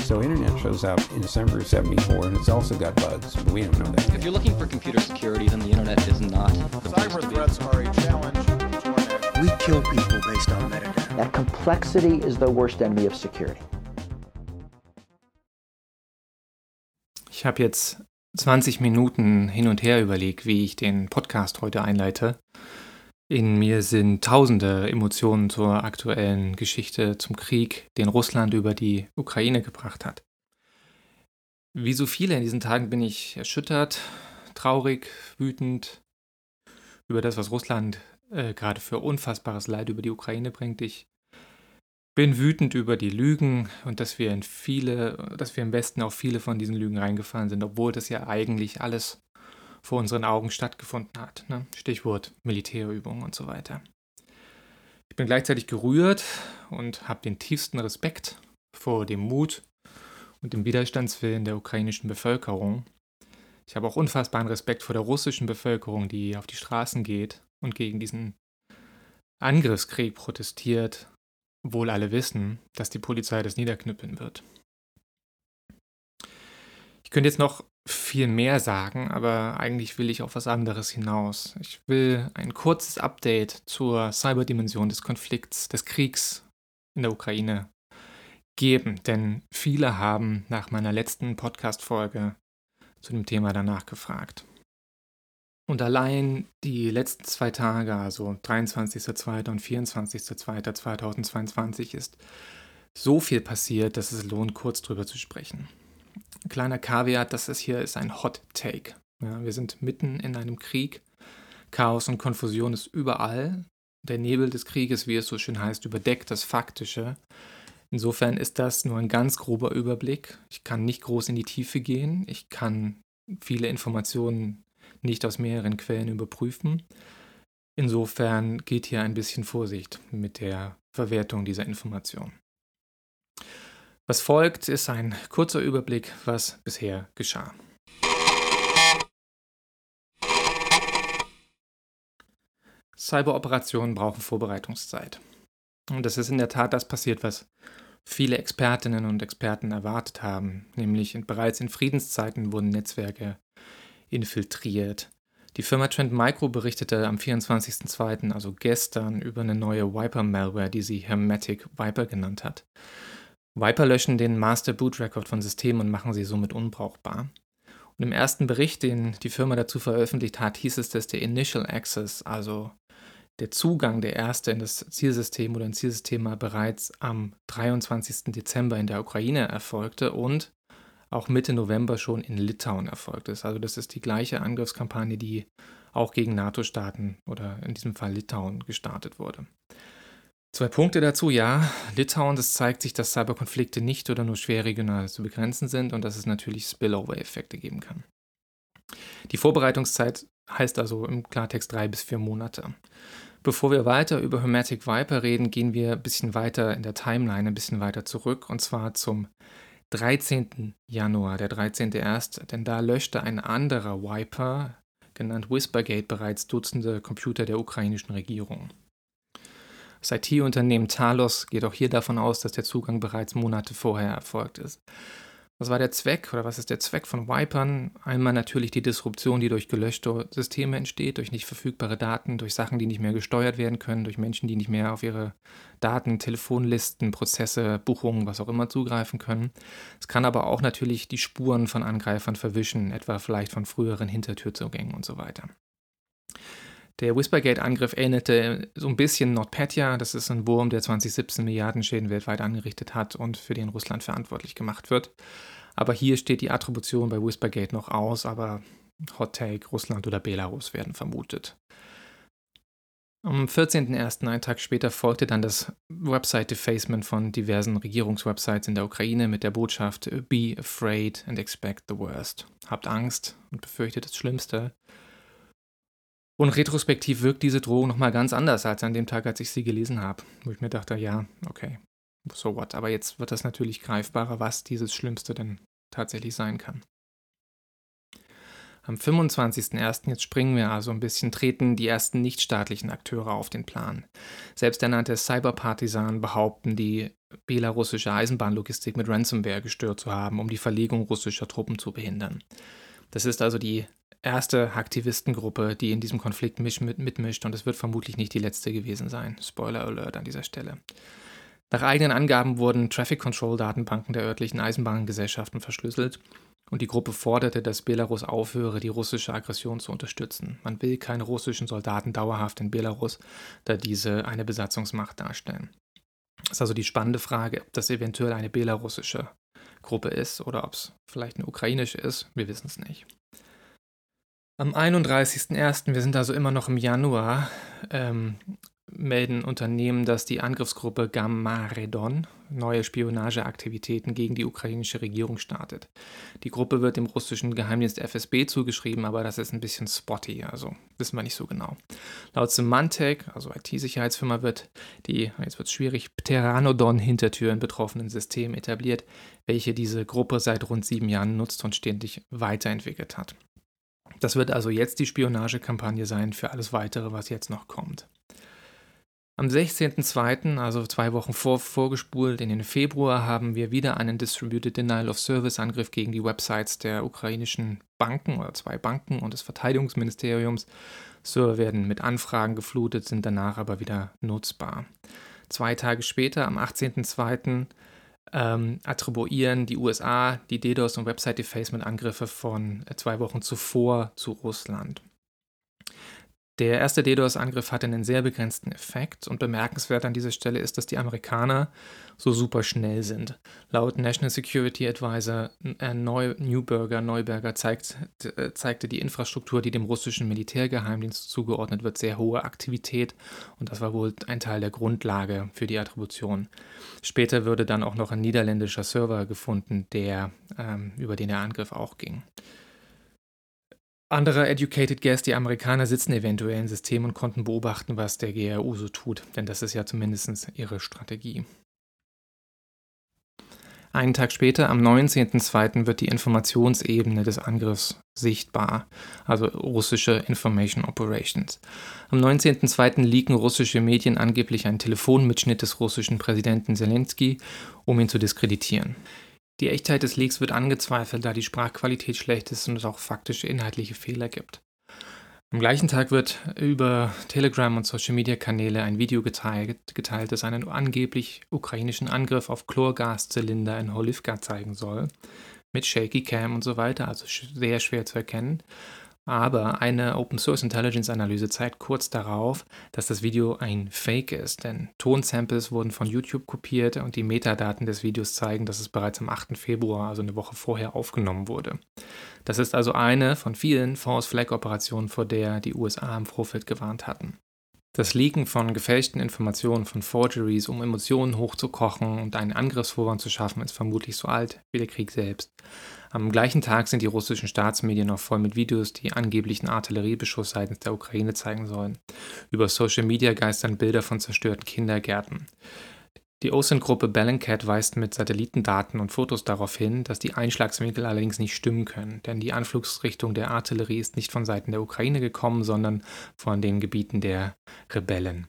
So internet shows up in December of 74 and it's also got bugs, but we don't know that. If you're looking for computer security, then the internet is not. Cyber threats are a challenge to our national. We kill people based on metadata. That complexity is the worst enemy of security. Ich habe jetzt 20 Minuten hin und her überlegt, wie ich den Podcast heute einleite. In mir sind tausende Emotionen zur aktuellen Geschichte, zum Krieg, den Russland über die Ukraine gebracht hat. Wie so viele in diesen Tagen bin ich erschüttert, traurig, wütend über das, was Russland gerade für unfassbares Leid über die Ukraine bringt. Ich bin wütend über die Lügen und dass wir im Westen auf viele von diesen Lügen reingefallen sind, obwohl das ja eigentlich alles vor unseren Augen stattgefunden hat. Ne? Stichwort Militärübungen und so weiter. Ich bin gleichzeitig gerührt und habe den tiefsten Respekt vor dem Mut und dem Widerstandswillen der ukrainischen Bevölkerung. Ich habe auch unfassbaren Respekt vor der russischen Bevölkerung, die auf die Straßen geht und gegen diesen Angriffskrieg protestiert, obwohl alle wissen, dass die Polizei das niederknüppeln wird. Ich könnte jetzt noch viel mehr sagen, aber eigentlich will ich auf was anderes hinaus. Ich will ein kurzes Update zur Cyberdimension des Konflikts, des Kriegs in der Ukraine geben, denn viele haben nach meiner letzten Podcast-Folge zu dem Thema danach gefragt. Und allein die letzten 2 Tage, also 23.02. und 24.02.2022, ist so viel passiert, dass es lohnt, kurz drüber zu sprechen. Ein kleiner Kaviar, das hier ist ein Hot Take. Ja, wir sind mitten in einem Krieg. Chaos und Konfusion ist überall. Der Nebel des Krieges, wie es so schön heißt, überdeckt das Faktische. Insofern ist das nur ein ganz grober Überblick. Ich kann nicht groß in die Tiefe gehen. Ich kann viele Informationen nicht aus mehreren Quellen überprüfen. Insofern gilt hier ein bisschen Vorsicht mit der Verwertung dieser Information. Was folgt, ist ein kurzer Überblick, was bisher geschah. Cyberoperationen brauchen Vorbereitungszeit. Und das ist in der Tat das passiert, was viele Expertinnen und Experten erwartet haben. Nämlich bereits in Friedenszeiten wurden Netzwerke infiltriert. Die Firma Trend Micro berichtete am 24.02., also gestern, über eine neue Wiper-Malware, die sie Hermetic Viper genannt hat. Viper löschen den Master Boot Record von Systemen und machen sie somit unbrauchbar. Und im ersten Bericht, den die Firma dazu veröffentlicht hat, hieß es, dass der Initial Access, also der Zugang, der erste in das Zielsystem oder ein Zielsystem bereits am 23. Dezember in der Ukraine erfolgte und auch Mitte November schon in Litauen erfolgt ist. Also das ist die gleiche Angriffskampagne, die auch gegen NATO-Staaten oder in diesem Fall Litauen gestartet wurde. 2 Punkte dazu, ja, Litauen, das zeigt sich, dass Cyberkonflikte nicht oder nur schwer regional zu begrenzen sind und dass es natürlich Spillover-Effekte geben kann. Die Vorbereitungszeit heißt also im Klartext 3 bis 4 Monate. Bevor wir weiter über Hermetic Viper reden, gehen wir ein bisschen weiter in der Timeline, ein bisschen weiter zurück und zwar zum 13. Januar, der 13.01., denn da löschte ein anderer Viper, genannt Whispergate, bereits Dutzende Computer der ukrainischen Regierung. Das IT-Unternehmen Talos geht auch hier davon aus, dass der Zugang bereits Monate vorher erfolgt ist. Was war der Zweck oder was ist der Zweck von Vipern? Einmal natürlich die Disruption, die durch gelöschte Systeme entsteht, durch nicht verfügbare Daten, durch Sachen, die nicht mehr gesteuert werden können, durch Menschen, die nicht mehr auf ihre Daten, Telefonlisten, Prozesse, Buchungen, was auch immer zugreifen können. Es kann aber auch natürlich die Spuren von Angreifern verwischen, etwa vielleicht von früheren Hintertürzugängen und so weiter. Der Whispergate-Angriff ähnelte so ein bisschen NotPetya, das ist ein Wurm, der 2017 Milliarden Schäden weltweit angerichtet hat und für den Russland verantwortlich gemacht wird. Aber hier steht die Attribution bei Whispergate noch aus, aber Hot Take, Russland oder Belarus werden vermutet. Am 14.01., einen Tag später, folgte dann das Website-Defacement von diversen Regierungswebsites in der Ukraine mit der Botschaft Be afraid and expect the worst. Habt Angst und befürchtet das Schlimmste. Und retrospektiv wirkt diese Drohung nochmal ganz anders als an dem Tag, als ich sie gelesen habe. Wo ich mir dachte, ja, okay, so what. Aber jetzt wird das natürlich greifbarer, was dieses Schlimmste denn tatsächlich sein kann. Am 25.01., jetzt springen wir also ein bisschen, treten die ersten nichtstaatlichen Akteure auf den Plan. Selbsternannte Cyberpartisanen behaupten, die belarussische Eisenbahnlogistik mit Ransomware gestört zu haben, um die Verlegung russischer Truppen zu behindern. Das ist also die erste Aktivistengruppe, die in diesem Konflikt mitmischt, und es wird vermutlich nicht die letzte gewesen sein. Spoiler Alert an dieser Stelle. Nach eigenen Angaben wurden Traffic-Control-Datenbanken der örtlichen Eisenbahngesellschaften verschlüsselt und die Gruppe forderte, dass Belarus aufhöre, die russische Aggression zu unterstützen. Man will keine russischen Soldaten dauerhaft in Belarus, da diese eine Besatzungsmacht darstellen. Das ist also die spannende Frage, ob das eventuell eine belarussische Gruppe ist oder ob es vielleicht eine ukrainische ist. Wir wissen es nicht. Am 31.01., wir sind also immer noch im Januar, melden Unternehmen, dass die Angriffsgruppe Gamaredon neue Spionageaktivitäten gegen die ukrainische Regierung startet. Die Gruppe wird dem russischen Geheimdienst FSB zugeschrieben, aber das ist ein bisschen spotty, also wissen wir nicht so genau. Laut Symantec, also IT-Sicherheitsfirma, wird die, jetzt wird es schwierig, Pteranodon-Hintertür in betroffenen Systemen etabliert, welche diese Gruppe seit rund 7 Jahren nutzt und ständig weiterentwickelt hat. Das wird also jetzt die Spionagekampagne sein für alles Weitere, was jetzt noch kommt. Am 16.02., also 2 Wochen vorgespult, in den Februar, haben wir wieder einen Distributed Denial of Service Angriff gegen die Websites der ukrainischen Banken oder 2 Banken und des Verteidigungsministeriums. Server werden mit Anfragen geflutet, sind danach aber wieder nutzbar. 2 Tage später, am 18.02., attribuieren die USA die DDoS- und Website-Defacement-Angriffe von 2 Wochen zuvor zu Russland. Der erste DDoS-Angriff hatte einen sehr begrenzten Effekt und bemerkenswert an dieser Stelle ist, dass die Amerikaner so super schnell sind. Laut National Security Advisor Neuberger zeigte die Infrastruktur, die dem russischen Militärgeheimdienst zugeordnet wird, sehr hohe Aktivität und das war wohl ein Teil der Grundlage für die Attribution. Später würde dann auch noch ein niederländischer Server gefunden, über den der Angriff auch ging. Andere Educated Guess, die Amerikaner sitzen eventuell im System und konnten beobachten, was der GRU so tut, denn das ist ja zumindest ihre Strategie. Einen Tag später, am 19.02., wird die Informationsebene des Angriffs sichtbar, also russische Information Operations. Am 19.02. leaken russische Medien angeblich einen Telefonmitschnitt des russischen Präsidenten Zelensky, um ihn zu diskreditieren. Die Echtheit des Leaks wird angezweifelt, da die Sprachqualität schlecht ist und es auch faktische inhaltliche Fehler gibt. Am gleichen Tag wird über Telegram und Social-Media-Kanäle ein Video geteilt, das einen angeblich ukrainischen Angriff auf Chlorgaszylinder in Holivka zeigen soll, mit Shaky Cam und so weiter, also sehr schwer zu erkennen. Aber eine Open-Source-Intelligence-Analyse zeigt kurz darauf, dass das Video ein Fake ist, denn Tonsamples wurden von YouTube kopiert und die Metadaten des Videos zeigen, dass es bereits am 8. Februar, also eine Woche vorher, aufgenommen wurde. Das ist also eine von vielen False-Flag-Operationen, vor der die USA im Vorfeld gewarnt hatten. Das Leaken von gefälschten Informationen, von Forgeries, um Emotionen hochzukochen und einen Angriffsvorwand zu schaffen, ist vermutlich so alt wie der Krieg selbst. Am gleichen Tag sind die russischen Staatsmedien noch voll mit Videos, die angeblichen Artilleriebeschuss seitens der Ukraine zeigen sollen. Über Social Media geistern Bilder von zerstörten Kindergärten. Die OSINT-Gruppe Bellingcat weist mit Satellitendaten und Fotos darauf hin, dass die Einschlagswinkel allerdings nicht stimmen können, denn die Anflugsrichtung der Artillerie ist nicht von Seiten der Ukraine gekommen, sondern von den Gebieten der Rebellen.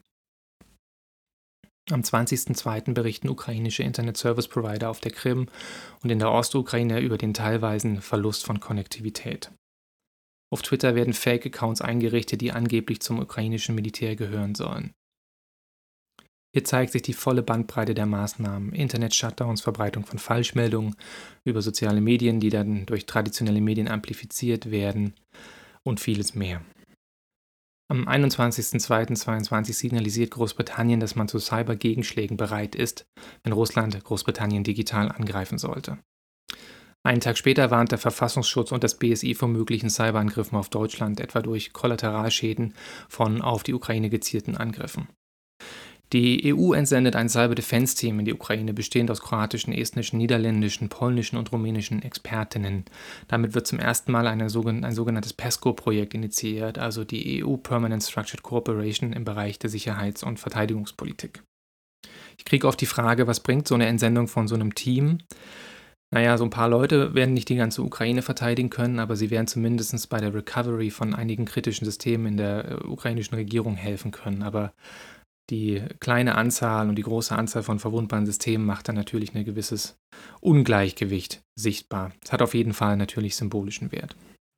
Am 20.02. berichten ukrainische Internet-Service-Provider auf der Krim und in der Ostukraine über den teilweisen Verlust von Konnektivität. Auf Twitter werden Fake-Accounts eingerichtet, die angeblich zum ukrainischen Militär gehören sollen. Hier zeigt sich die volle Bandbreite der Maßnahmen: Internet-Shutdowns, Verbreitung von Falschmeldungen über soziale Medien, die dann durch traditionelle Medien amplifiziert werden und vieles mehr. Am 21.02.2022 signalisiert Großbritannien, dass man zu Cyber-Gegenschlägen bereit ist, wenn Russland Großbritannien digital angreifen sollte. Einen Tag später warnt der Verfassungsschutz und das BSI vor möglichen Cyberangriffen auf Deutschland, etwa durch Kollateralschäden von auf die Ukraine gezielten Angriffen. Die EU entsendet ein Cyber-Defense-Team in die Ukraine, bestehend aus kroatischen, estnischen, niederländischen, polnischen und rumänischen Expertinnen. Damit wird zum ersten Mal ein sogenanntes PESCO-Projekt initiiert, also die EU Permanent Structured Cooperation im Bereich der Sicherheits- und Verteidigungspolitik. Ich kriege oft die Frage, was bringt so eine Entsendung von so einem Team? Naja, so ein paar Leute werden nicht die ganze Ukraine verteidigen können, aber sie werden zumindest bei der Recovery von einigen kritischen Systemen in der ukrainischen Regierung helfen können. Aber Die kleine Anzahl und die große Anzahl von verwundbaren Systemen macht dann natürlich ein gewisses Ungleichgewicht sichtbar. Es hat auf jeden Fall natürlich symbolischen Wert.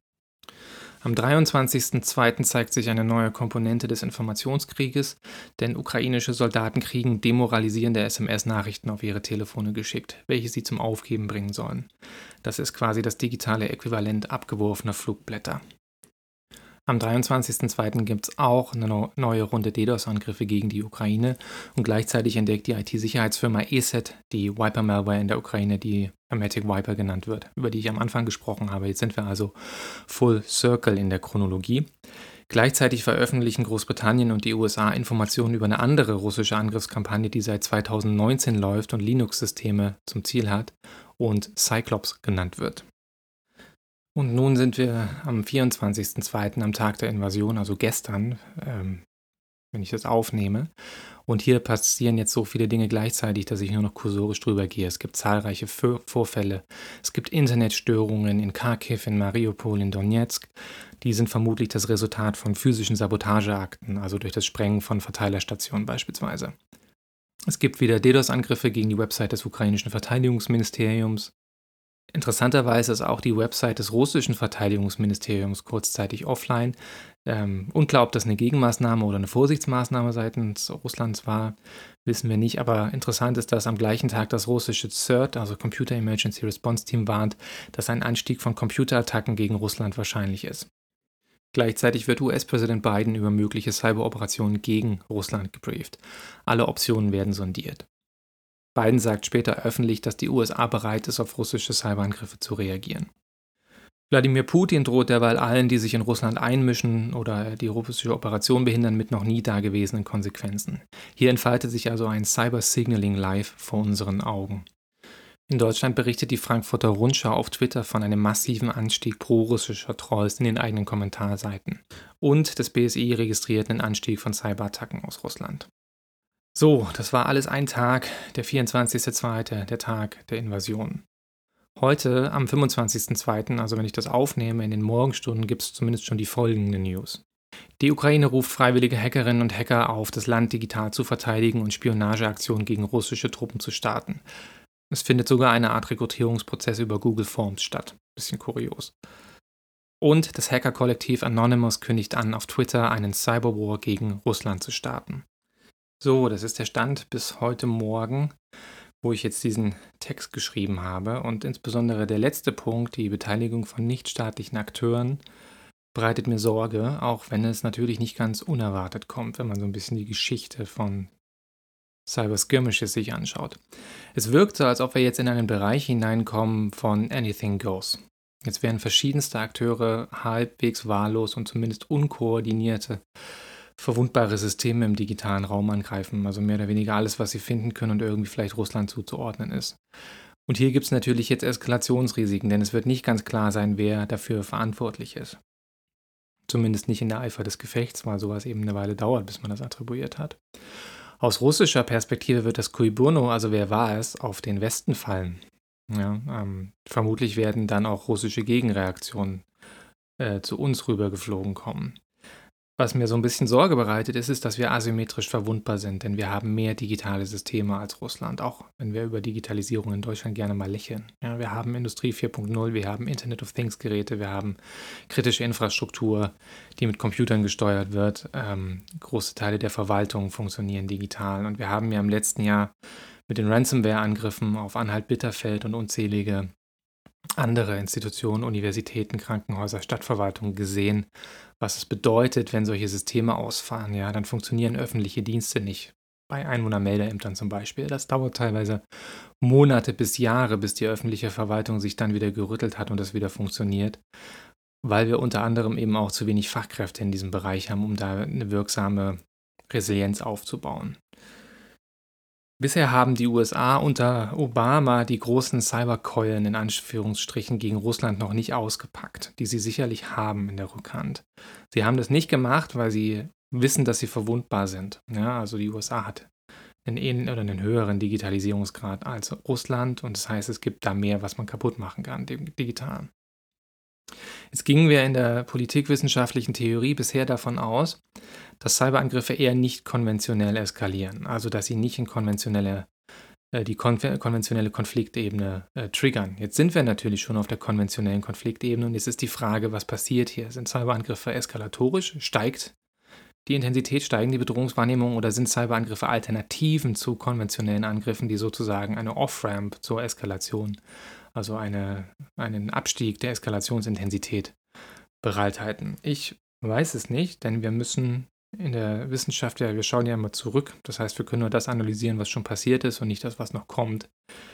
Am 23.02. zeigt sich eine neue Komponente des Informationskrieges, denn ukrainische Soldaten kriegen demoralisierende SMS-Nachrichten auf ihre Telefone geschickt, welche sie zum Aufgeben bringen sollen. Das ist quasi das digitale Äquivalent abgeworfener Flugblätter. Am 23.02. gibt es auch eine neue Runde DDoS-Angriffe gegen die Ukraine und gleichzeitig entdeckt die IT-Sicherheitsfirma ESET die Wiper-Malware in der Ukraine, die Hermetic Wiper genannt wird, über die ich am Anfang gesprochen habe. Jetzt sind wir also full circle in der Chronologie. Gleichzeitig veröffentlichen Großbritannien und die USA Informationen über eine andere russische Angriffskampagne, die seit 2019 läuft und Linux-Systeme zum Ziel hat und Cyclops genannt wird. Und nun sind wir am 24.02. am Tag der Invasion, also gestern, wenn ich das aufnehme. Und hier passieren jetzt so viele Dinge gleichzeitig, dass ich nur noch kursorisch drüber gehe. Es gibt zahlreiche Vorfälle. Es gibt Internetstörungen in Kharkiv, in Mariupol, in Donetsk. Die sind vermutlich das Resultat von physischen Sabotageakten, also durch das Sprengen von Verteilerstationen beispielsweise. Es gibt wieder DDoS-Angriffe gegen die Website des ukrainischen Verteidigungsministeriums. Interessanterweise ist auch die Website des russischen Verteidigungsministeriums kurzzeitig offline. Unklar, ob das eine Gegenmaßnahme oder eine Vorsichtsmaßnahme seitens Russlands war, wissen wir nicht. Aber interessant ist, dass am gleichen Tag das russische CERT, also Computer Emergency Response Team, warnt, dass ein Anstieg von Computerattacken gegen Russland wahrscheinlich ist. Gleichzeitig wird US-Präsident Biden über mögliche Cyberoperationen gegen Russland gebrieft. Alle Optionen werden sondiert. Biden sagt später öffentlich, dass die USA bereit ist, auf russische Cyberangriffe zu reagieren. Wladimir Putin droht derweil allen, die sich in Russland einmischen oder die russische Operation behindern, mit noch nie dagewesenen Konsequenzen. Hier entfaltet sich also ein Cyber-Signaling live vor unseren Augen. In Deutschland berichtet die Frankfurter Rundschau auf Twitter von einem massiven Anstieg pro-russischer Trolls in den eigenen Kommentarseiten. Und das BSI registriert einen Anstieg von Cyberattacken aus Russland. So, das war alles ein Tag, der 24.02., der Tag der Invasion. Heute, am 25.02., also wenn ich das aufnehme, in den Morgenstunden, gibt es zumindest schon die folgende News. Die Ukraine ruft freiwillige Hackerinnen und Hacker auf, das Land digital zu verteidigen und Spionageaktionen gegen russische Truppen zu starten. Es findet sogar eine Art Rekrutierungsprozess über Google Forms statt. Bisschen kurios. Und das Hacker-Kollektiv Anonymous kündigt an, auf Twitter einen Cyberwar gegen Russland zu starten. So, das ist der Stand bis heute Morgen, wo ich jetzt diesen Text geschrieben habe. Und insbesondere der letzte Punkt, die Beteiligung von nichtstaatlichen Akteuren, bereitet mir Sorge, auch wenn es natürlich nicht ganz unerwartet kommt, wenn man so ein bisschen die Geschichte von Cyber-Skirmishes sich anschaut. Es wirkt so, als ob wir jetzt in einen Bereich hineinkommen von Anything Goes. Jetzt werden verschiedenste Akteure halbwegs wahllos und zumindest unkoordinierte verwundbare Systeme im digitalen Raum angreifen, also mehr oder weniger alles, was sie finden können und irgendwie vielleicht Russland zuzuordnen ist. Und hier gibt es natürlich jetzt Eskalationsrisiken, denn es wird nicht ganz klar sein, wer dafür verantwortlich ist. Zumindest nicht in der Eifer des Gefechts, weil sowas eben eine Weile dauert, bis man das attribuiert hat. Aus russischer Perspektive wird das Cui bono, also wer war es, auf den Westen fallen. Ja, vermutlich werden dann auch russische Gegenreaktionen zu uns rübergeflogen kommen. Was mir so ein bisschen Sorge bereitet, ist, dass wir asymmetrisch verwundbar sind, denn wir haben mehr digitale Systeme als Russland, auch wenn wir über Digitalisierung in Deutschland gerne mal lächeln. Ja, wir haben Industrie 4.0, wir haben Internet of Things Geräte, wir haben kritische Infrastruktur, die mit Computern gesteuert wird. Große Teile der Verwaltung funktionieren digital und wir haben ja im letzten Jahr mit den Ransomware-Angriffen auf Anhalt-Bitterfeld und unzählige andere Institutionen, Universitäten, Krankenhäuser, Stadtverwaltungen gesehen, was es bedeutet, wenn solche Systeme ausfallen. Ja, dann funktionieren öffentliche Dienste nicht. Bei Einwohnermeldeämtern zum Beispiel. Das dauert teilweise Monate bis Jahre, bis die öffentliche Verwaltung sich dann wieder gerüttelt hat und das wieder funktioniert, weil wir unter anderem eben auch zu wenig Fachkräfte in diesem Bereich haben, um da eine wirksame Resilienz aufzubauen. Bisher haben die USA unter Obama die großen Cyberkeulen in Anführungsstrichen gegen Russland noch nicht ausgepackt, die sie sicherlich haben in der Rückhand. Sie haben das nicht gemacht, weil sie wissen, dass sie verwundbar sind. Ja, also die USA hat einen höheren Digitalisierungsgrad als Russland und das heißt, es gibt da mehr, was man kaputt machen kann, digital. Jetzt gingen wir in der politikwissenschaftlichen Theorie bisher davon aus, dass Cyberangriffe eher nicht konventionell eskalieren, also dass sie nicht in die konventionelle Konfliktebene triggern. Jetzt sind wir natürlich schon auf der konventionellen Konfliktebene und jetzt ist die Frage, was passiert hier? Sind Cyberangriffe eskalatorisch? Steigt die Intensität, steigen die Bedrohungswahrnehmung oder sind Cyberangriffe Alternativen zu konventionellen Angriffen, die sozusagen eine Off-Ramp zur Eskalation, also einen Abstieg der Eskalationsintensität bereithalten? Ich weiß es nicht, denn wir müssen in der Wissenschaft wir schauen ja immer zurück. Das heißt, wir können nur das analysieren, was schon passiert ist und nicht das, was noch kommt.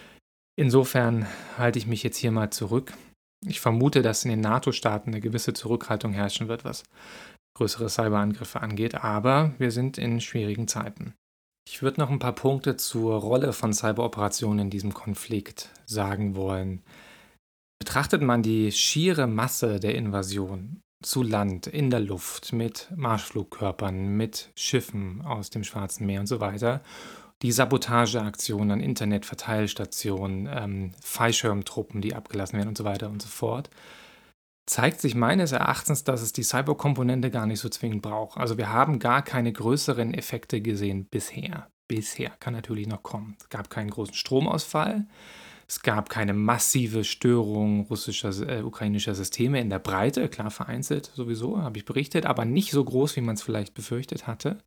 Insofern halte ich mich jetzt hier mal zurück. Ich vermute, dass in den NATO-Staaten eine gewisse Zurückhaltung herrschen wird, was größere Cyberangriffe angeht, aber wir sind in schwierigen Zeiten. Ich würde noch ein paar Punkte zur Rolle von Cyberoperationen in diesem Konflikt sagen wollen. Betrachtet man die schiere Masse der Invasion zu Land, in der Luft, mit Marschflugkörpern, mit Schiffen aus dem Schwarzen Meer und so weiter, die Sabotageaktionen an Internetverteilstationen, Fallschirmtruppen, die abgelassen werden und so weiter und so fort, zeigt sich meines Erachtens, dass es die Cyberkomponente gar nicht so zwingend braucht. Also wir haben gar keine größeren Effekte gesehen bisher. Bisher, kann natürlich noch kommen. Es gab keinen großen Stromausfall. Es gab keine massive Störung ukrainischer Systeme in der Breite, klar vereinzelt sowieso, habe ich berichtet, aber nicht so groß, wie man es vielleicht befürchtet hatte.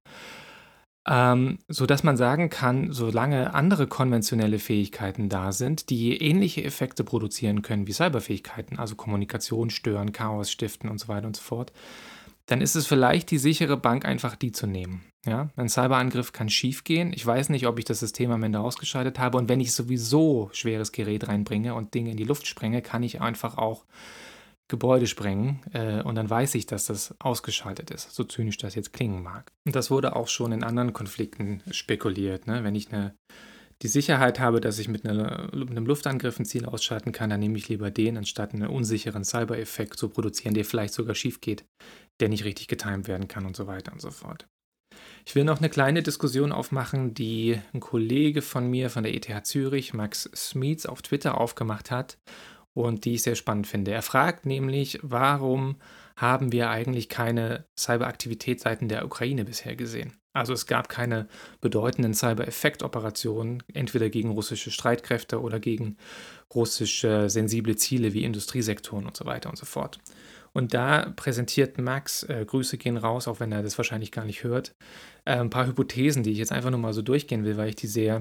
Sodass man sagen kann, solange andere konventionelle Fähigkeiten da sind, die ähnliche Effekte produzieren können wie Cyberfähigkeiten, also Kommunikation stören, Chaos stiften und so weiter und so fort, dann ist es vielleicht die sichere Bank, einfach die zu nehmen. Ja? Ein Cyberangriff kann schief gehen. Ich weiß nicht, ob ich das System am Ende ausgeschaltet habe. Und wenn ich sowieso schweres Gerät reinbringe und Dinge in die Luft sprenge, kann ich einfach auch Gebäude sprengen. Und dann weiß ich, dass das ausgeschaltet ist, so zynisch das jetzt klingen mag. Und das wurde auch schon in anderen Konflikten spekuliert. Ne? Wenn ich die Sicherheit habe, dass ich mit einem Luftangriff ein Ziel ausschalten kann, dann nehme ich lieber den, anstatt einen unsicheren Cyber-Effekt zu produzieren, der vielleicht sogar schief geht, der nicht richtig getimt werden kann und so weiter und so fort. Ich will noch eine kleine Diskussion aufmachen, die ein Kollege von mir von der ETH Zürich, Max Smeets, auf Twitter aufgemacht hat und die ich sehr spannend finde. Er fragt nämlich, warum haben wir eigentlich keine Cyberaktivität seitens der Ukraine bisher gesehen? Also es gab keine bedeutenden Cyber-Effekt-Operationen, entweder gegen russische Streitkräfte oder gegen russische sensible Ziele wie Industriesektoren und so weiter und so fort. Und da präsentiert Max, Grüße gehen raus, auch wenn er das wahrscheinlich gar nicht hört, ein paar Hypothesen, die ich jetzt einfach nur mal so durchgehen will, weil ich die sehr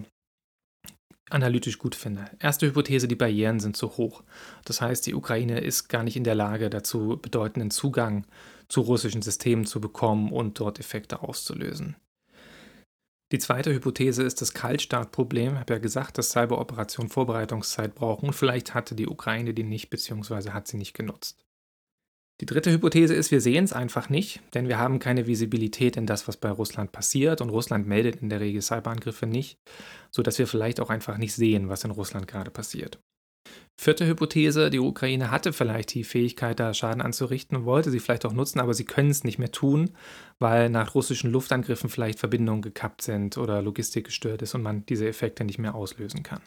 analytisch gut finde. Erste Hypothese, die Barrieren sind zu hoch. Das heißt, die Ukraine ist gar nicht in der Lage dazu, bedeutenden Zugang zu russischen Systemen zu bekommen und dort Effekte auszulösen. Die zweite Hypothese ist das Kaltstartproblem. Ich habe ja gesagt, dass Cyberoperationen Vorbereitungszeit brauchen und vielleicht hatte die Ukraine die nicht, beziehungsweise hat sie nicht genutzt. Die dritte Hypothese ist, wir sehen es einfach nicht, denn wir haben keine Visibilität in das, was bei Russland passiert und Russland meldet in der Regel Cyberangriffe nicht, sodass wir vielleicht auch einfach nicht sehen, was in Russland gerade passiert. Vierte Hypothese, die Ukraine hatte vielleicht die Fähigkeit, da Schaden anzurichten und wollte sie vielleicht auch nutzen, aber sie können es nicht mehr tun, weil nach russischen Luftangriffen vielleicht Verbindungen gekappt sind oder Logistik gestört ist und man diese Effekte nicht mehr auslösen kann.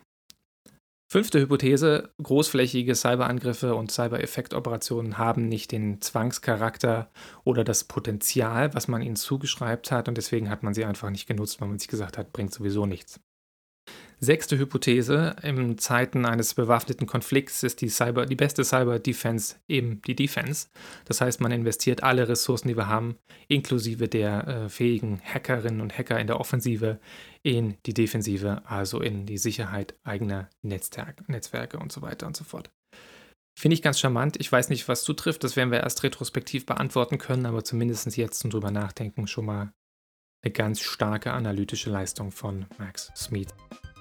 Fünfte Hypothese, großflächige Cyberangriffe und Cyber-Effekt-Operationen haben nicht den Zwangscharakter oder das Potenzial, was man ihnen zugeschreibt hat und deswegen hat man sie einfach nicht genutzt, weil man sich gesagt hat, bringt sowieso nichts. Sechste Hypothese, in Zeiten eines bewaffneten Konflikts ist die beste Cyber-Defense eben die Defense. Das heißt, man investiert alle Ressourcen, die wir haben, inklusive der fähigen Hackerinnen und Hacker in der Offensive, in die Defensive, also in die Sicherheit eigener Netzwerke und so weiter und so fort. Finde ich ganz charmant. Ich weiß nicht, was zutrifft, das werden wir erst retrospektiv beantworten können, aber zumindest jetzt zum drüber nachdenken schon mal eine ganz starke analytische Leistung von Max Smeets.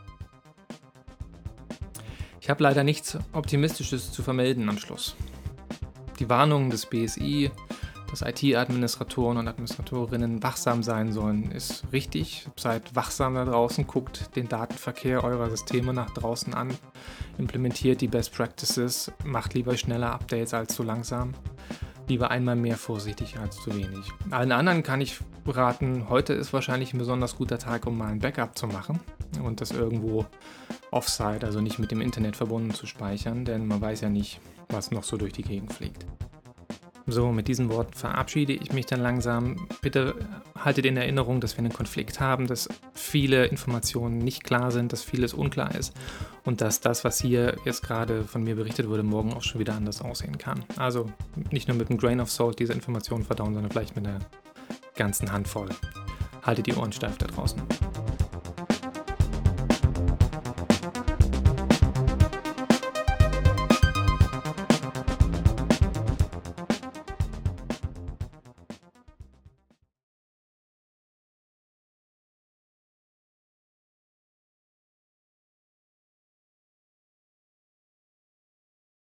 Ich habe leider nichts Optimistisches zu vermelden am Schluss. Die Warnungen des BSI, dass IT-Administratoren und Administratorinnen wachsam sein sollen, ist richtig. Seid wachsam da draußen, guckt den Datenverkehr eurer Systeme nach draußen an, implementiert die Best Practices, macht lieber schneller Updates als zu langsam. Lieber einmal mehr vorsichtig als zu wenig. Allen anderen kann ich raten, heute ist wahrscheinlich ein besonders guter Tag, um mal ein Backup zu machen und das irgendwo offsite, also nicht mit dem Internet verbunden zu speichern, denn man weiß ja nicht, was noch so durch die Gegend fliegt. So, mit diesen Worten verabschiede ich mich dann langsam. Bitte haltet in Erinnerung, dass wir einen Konflikt haben, dass viele Informationen nicht klar sind, dass vieles unklar ist und dass das, was hier jetzt gerade von mir berichtet wurde, morgen auch schon wieder anders aussehen kann. Also nicht nur mit einem Grain of Salt diese Informationen verdauen, sondern vielleicht mit einer ganzen Handvoll. Haltet die Ohren steif da draußen.